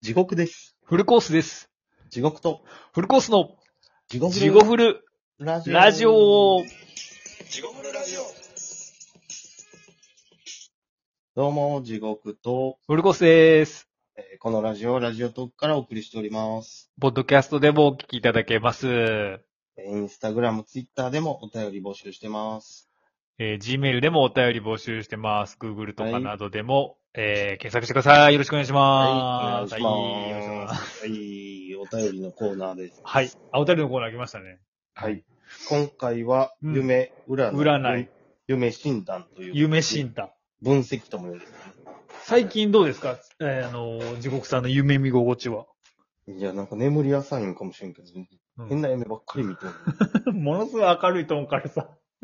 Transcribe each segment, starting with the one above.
地獄です。 フルコースです。 地獄と、 フルコースの地獄地獄フルラジオ。 ラジオ。 地獄フルラジオ。どうも、地獄と、 フルコースです。 このラジオトークからお送りしております。 ポッドキャストでもお聞きいただけます。 インスタグラム、ツイッターでもお便り募集してます。 Gmail でもお便り募集してます。Google とかなどでも、検索してください。よろしくお願いします。 はい、お願いします。はい、お便りのコーナーです。 はい。お便りのコーナー来ましたね。 はい。今回は、夢占い。夢診断という。 夢診断。 分析とも言うんですね。 最近どうですか地獄さんの夢見心地は。 いや、なんか眠り浅いんかもしれんけど、変な夢ばっかり見てる。 ものすごい明るいトーンからさ。も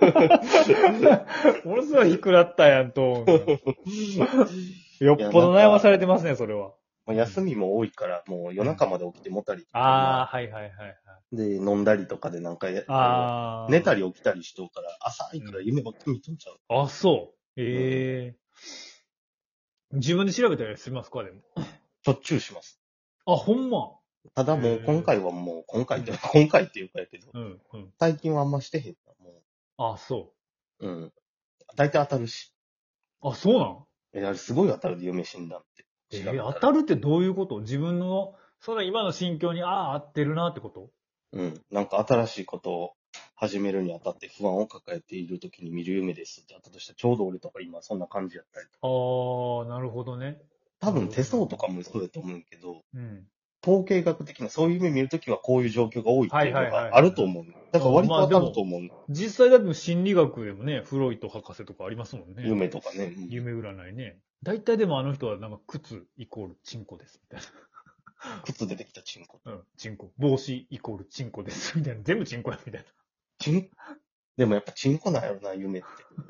のすごい低くなったやん、トーン。よっぽど悩まされてますね、それは。 休みも多いから、もう夜中まで起きてもたりとか。 はいはいはい。 で、飲んだりとかでなんか寝たり起きたりしとうから、浅いから夢ばっかり見とんちゃう。 あ、そう。自分で調べたりしますか、でも。 しょっちゅうします。 あ、ほんま。 ただもう今回っていうかやけど、最近はあんましてへんな、もう。 あ、そう。 大体当たるし。 あ、そうなんあれすごい当たるで、夢診断って。 当たるってどういうこと？自分の、その今の心境に、合ってるなってこと？ なんか新しいことを始めるにあたって不安を抱えているときに見る夢ですってあったとしたら、ちょうど俺とか今そんな感じやったりとか。なるほどね。 多分手相とかもそうだと思うけど、統計学的なそういう夢見るときはこういう状況が多いっていうのがあると思う。だから割と当たると思う。 実際だって心理学でもね、フロイト博士とかありますもんね。 夢とかね。 夢占いね。大体でもあの人はなんか靴イコールチンコです。みたいな。靴出てきたチンコ。 チンコ。帽子イコールチンコです。みたいな。全部チンコや、みたいな。 でもやっぱチンコなんやろな、夢って。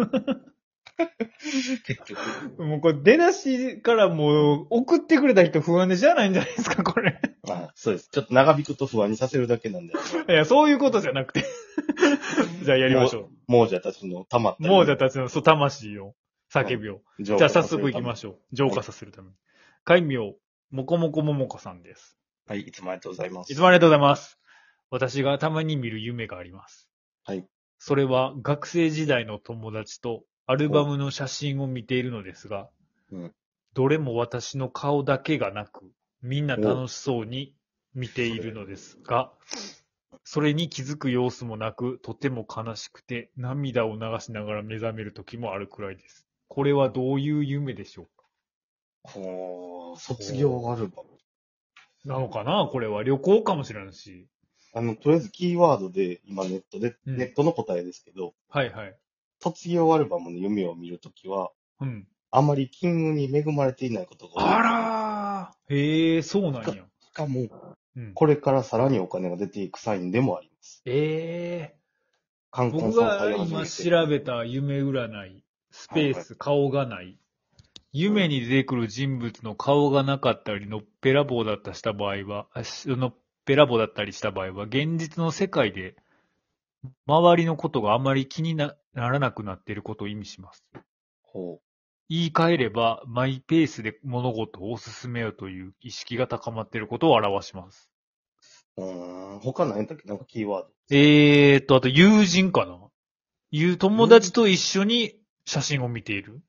結局。 もうこれ出だしからもう送ってくれた人不安でじゃないんじゃないですか、これ。 そうです。ちょっと長引くと不安にさせるだけなんだよ。 いや、そういうことじゃなくて。じゃあやりましょう。 亡者たちの溜まった。 亡者たちの魂を叫びを。じゃあ早速行きましょう。浄化させるために。戒名、もこもこももこさんです。 はい、いつもありがとうございます。 いつもありがとうございます。私がたまに見る夢があります。 はい。 それは学生時代の友達とアルバムの写真を見ているのですが、どれも私の顔だけがなく、みんな楽しそうに見ているのですが、それに気づく様子もなく、とても悲しくて涙を流しながら目覚める時もあるくらいです。これはどういう夢でしょうか？ 卒業アルバム。 なのかな？これは旅行かもしれないし。 とりあえずキーワードで、今ネットの答えですけど、 はいはい。 卒業アルバムの夢を見るときは、あまり金運に恵まれていないことが多い。 あらー。へえ、そうなんや。 しかも、これからさらにお金が出ていくサインでもあります。 僕が今調べた夢占い、スペース、顔がない。夢に出てくる人物の顔がなかったり、のっぺらぼうだったりした場合は、現実の世界で、周りのことがあまり気にならなくなっていることを意味します。言い換えれば、マイペースで物事を進めようという意識が高まっていることを表します。 他何やったっけ？なんかキーワード。あと友人かな？友達と一緒に写真を見ている。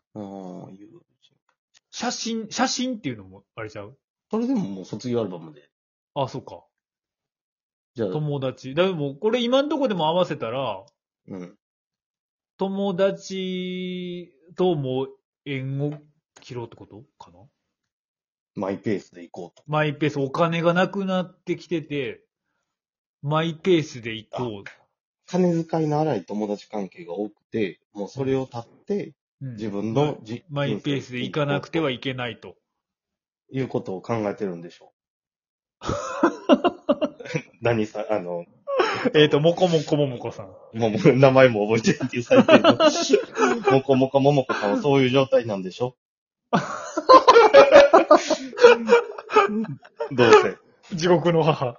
写真っていうのもあれちゃう？ それでももう卒業アルバムで。 あ、そっか。じゃあ。友達。でも、これ今んとこでも合わせたら、友達とも縁を切ろうってことかな？ マイペースで行こうと。 マイペース、お金がなくなってきてて、マイペースで行こう。 金遣いの荒い友達関係が多くて、もうそれを立って、自分のマイペースで行かなくてはいけないと。 いうことを考えてるんでしょう。何さ、 もこもこももこさん。 もう名前も覚えてないっていう最低の。もこもこももこさんはそういう状態なんでしょ？どうせ。 地獄の母。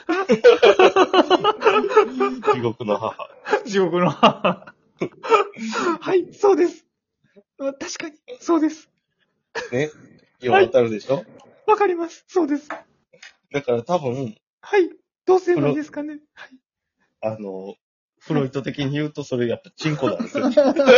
地獄の母。 地獄の母。はい、そうです。確かに、そうです。 ね。よう当たるでしょ？ わかります。そうです。 だから多分、 はい。どうすればいいですかね。はい。 フロイト的に言うとそれやっぱチンコなんですよ。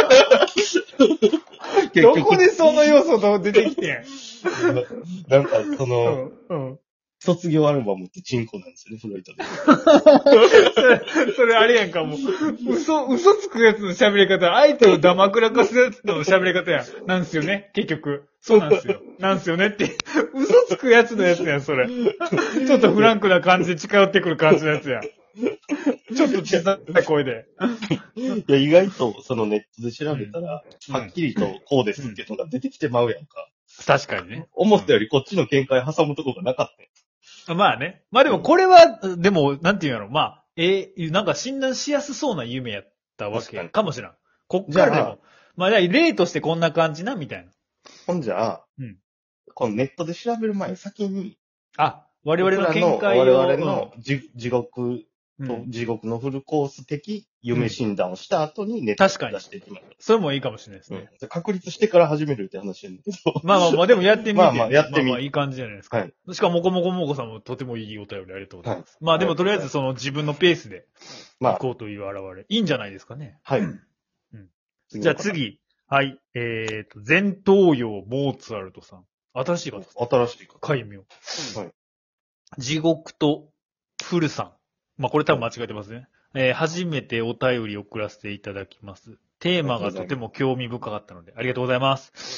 どこでその要素と出てきてんなんか、卒業アルバムってチンコなんですよね、フロイトで。 それあれやんか、もう。嘘つくやつの喋り方、相手をダマくらかすやつの喋り方やん。なんすよね、結局。そうなんすよ。なんすよねって。嘘つくやつのやつやん、それ。ちょっとフランクな感じで近寄ってくる感じのやつやん。ちょっと小さい声で。 いや、意外と、そのネットで調べたら、はっきりとこうですっていうのが出てきてまうやんか。 確かにね。 思ったよりこっちの見解挟むとこがなかったよ。まあね。まあでもこれは、でも、なんていうの、まあ、なんか診断しやすそうな夢やったわけかもしれん。こっからでも。まあ、例としてこんな感じな、みたいな。 ほんじゃ、このネットで調べる前に先に、 我々の見解を。我々の地獄のフルコース的夢診断をした後にネットで出していきます。 それもいいかもしれないですね。 確立してから始めるって話なんだけど。 まあ、でもやってみて。 やってみて。 いい感じじゃないですか。 はい。 しかも、もこもこもこさんもとてもいいお便りありがとうございます。まあでもとりあえずその自分のペースで行こうという現れ。いいんじゃないですかね。 はい。 じゃあ次。はい。前頭葉モーツァルトさん。新しい方。 新しい方。 海名。 はい。 地獄とフルさん。まあ、これ多分間違えてますね。初めてお便り送らせていただきます。テーマがとても興味深かったので、ありがとうございます。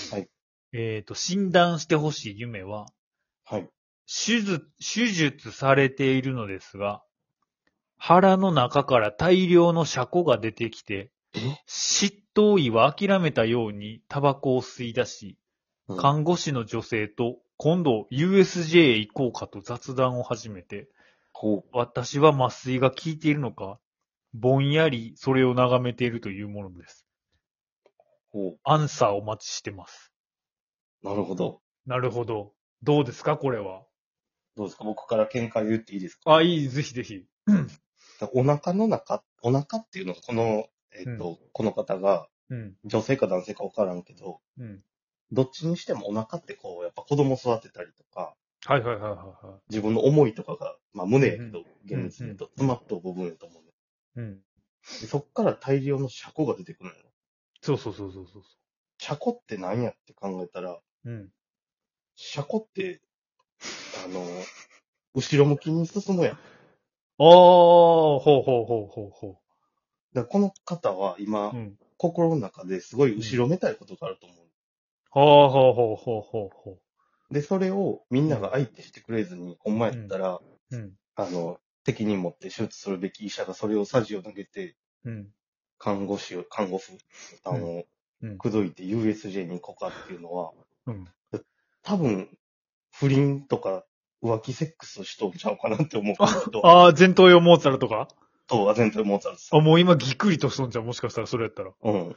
はい。 診断してほしい夢は、 はい。 手術されているのですが、腹の中から大量のシャコが出てきて、執刀医は諦めたようにタバコを吸い出し、看護師の女性と今度 USJ へ行こうかと雑談を始めて、私は麻酔が効いているのか、ぼんやりそれを眺めているというものです。アンサーをお待ちしてます。 なるほど。 なるほど。どうですか、これは。 どうですか、僕から見解言っていいですか？ いい、ぜひぜひ。 お腹っていうのが、この方が、女性か男性か分からんけど、どっちにしてもお腹ってやっぱ子供育てたりとか、自分の思いとかが、まあ胸やけど、厳密に言うと、詰まった部分やと思うね。でそっから大量のシャコが出てくるのよ。 そう。 シャコって何やって考えたら、シャコって、後ろ向きに進むやん。 ほう。 だこの方は今、心の中ですごい後ろめたいことがあると思う。 ほう。で、それをみんなが相手してくれずに、ほんまやったら、責任持って手術するべき医者がそれをサジを投げて、看護婦さんを口説いて USJ に行こうかっていうのは、多分、不倫とか浮気セックスしとんちゃうかなって思うけど。 前頭葉モーツァルトか？ そう、前頭葉モーツァルト。 もう今ぎっくりとしとんじゃん、もしかしたらそれやったら。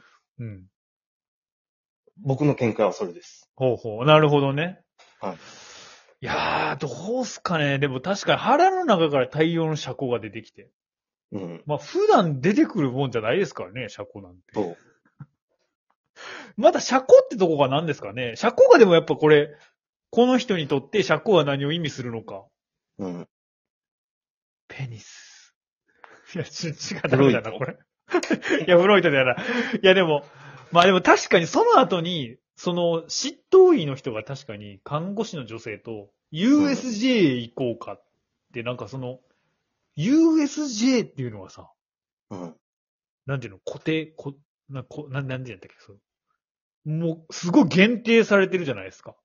僕の見解はそれです。 なるほどね。 はい。 いやー、どうすかね。でも確かに腹の中から大量のシャコが出てきて。まあ普段出てくるもんじゃないですからね、シャコなんて。 そう。 まだシャコってとこが何ですかね。シャコがでもやっぱこの人にとってシャコは何を意味するのか。ペニス。いや、違うダメだな、これ。いや、フロイトだよな。いや、でも、まあでも確かにその後に、その執刀医の人が確かに看護師の女性と USJ へ行こうかって、なんかその、USJ っていうのはさ、なんていうの、なんてやったっけ、そう。もう、すごい限定されてるじゃないですか。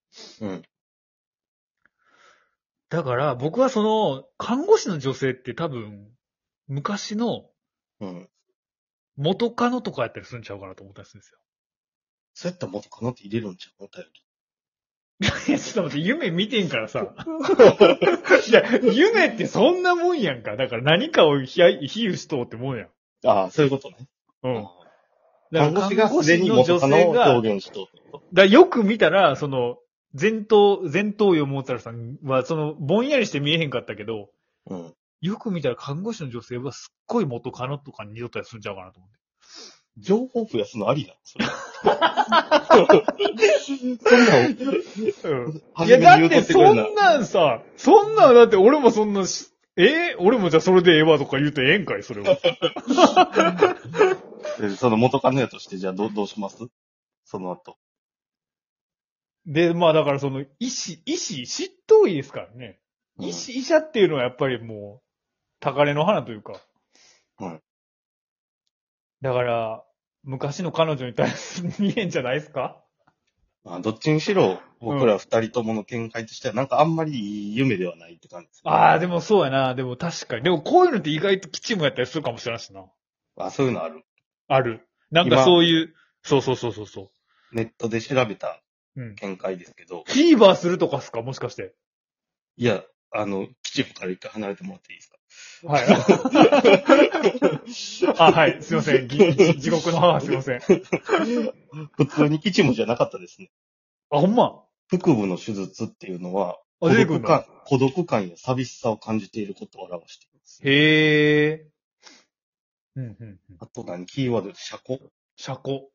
だから、僕はその、看護師の女性って多分、昔の、元カノとかやったりするんちゃうかなと思ったりするんですよ。 そうやったら元カノって入れるんちゃうの？頼り。 いや、ちょっと待って、夢見てんからさ。いや、夢ってそんなもんやんか。だから何かを比喩しとうってもんやん。 そういうことね。 看護師がすでに元カノを表現しとう。よく見たら、その、前頭葉モーツァルトさんは、その、ぼんやりして見えへんかったけど、よく見たら看護師の女性はすっごい元カノとかに似とったりするんちゃうかなと思って。 情報増やすのありなのそれ。 そんなん、いや、だってそんなんさ、だって俺もそんな俺もじゃあそれでええわとか言うとええんかい、それは。 その元カノやとして、じゃあどうしますその後。 で、まあだからその、知っといですからね。医者っていうのはやっぱりもう、高嶺の花というか。 はい。 だから、昔の彼女に対する見えんじゃないですか？ まあ、どっちにしろ、僕ら二人ともの見解としては、なんかあんまりいい夢ではないって感じですね。 ああ、でもそうやな。でも確かに。でもこういうのって意外と吉夢やったりするかもしれないしな。 あ、そういうのある。 ある。なんかそういう、そう。 ネットで調べた見解ですけど。 フィーバーするとかっすかもしかして。 いや、吉夢から一回離れてもらっていいですか？ はい。あ、はい。すいません。地獄の母すいません。 普通に吉夢じゃなかったですね。 あ、ほんま。 腹部の手術っていうのは、孤独感や寂しさを感じていることを表しています。 へえ。 あとキーワードで車庫。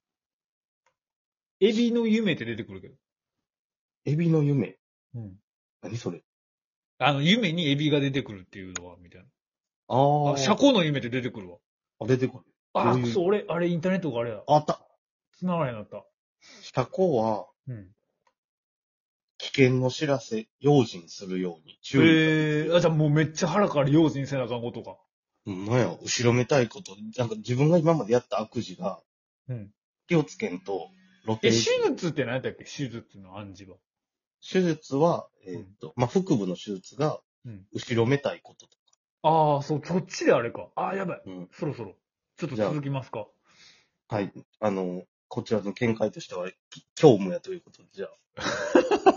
エビの夢って出てくるけど。 エビの夢。 うん。 何それ？ 夢にエビが出てくるっていうのは、みたいな。 ああ。 車庫の夢って出てくるわ。 出てくる。 あ、あれインターネットがあれだ。 あった。 繋がらへんなった。 車庫は、危険の知らせ、用心するように注意。 じゃあもうめっちゃ腹から用心せなあかんことか。 なんや、後ろめたいこと、なんか自分が今までやった悪事が、気をつけんと、 手術って何やったっけ？手術の暗示は。 手術は、腹部の手術が、後ろめたいこととか。 ああ、そう、そっちであれか。ああ、やばい。そろそろ。ちょっと続きますか。 はい。こちらの見解としては、虚無やということで、じゃあ。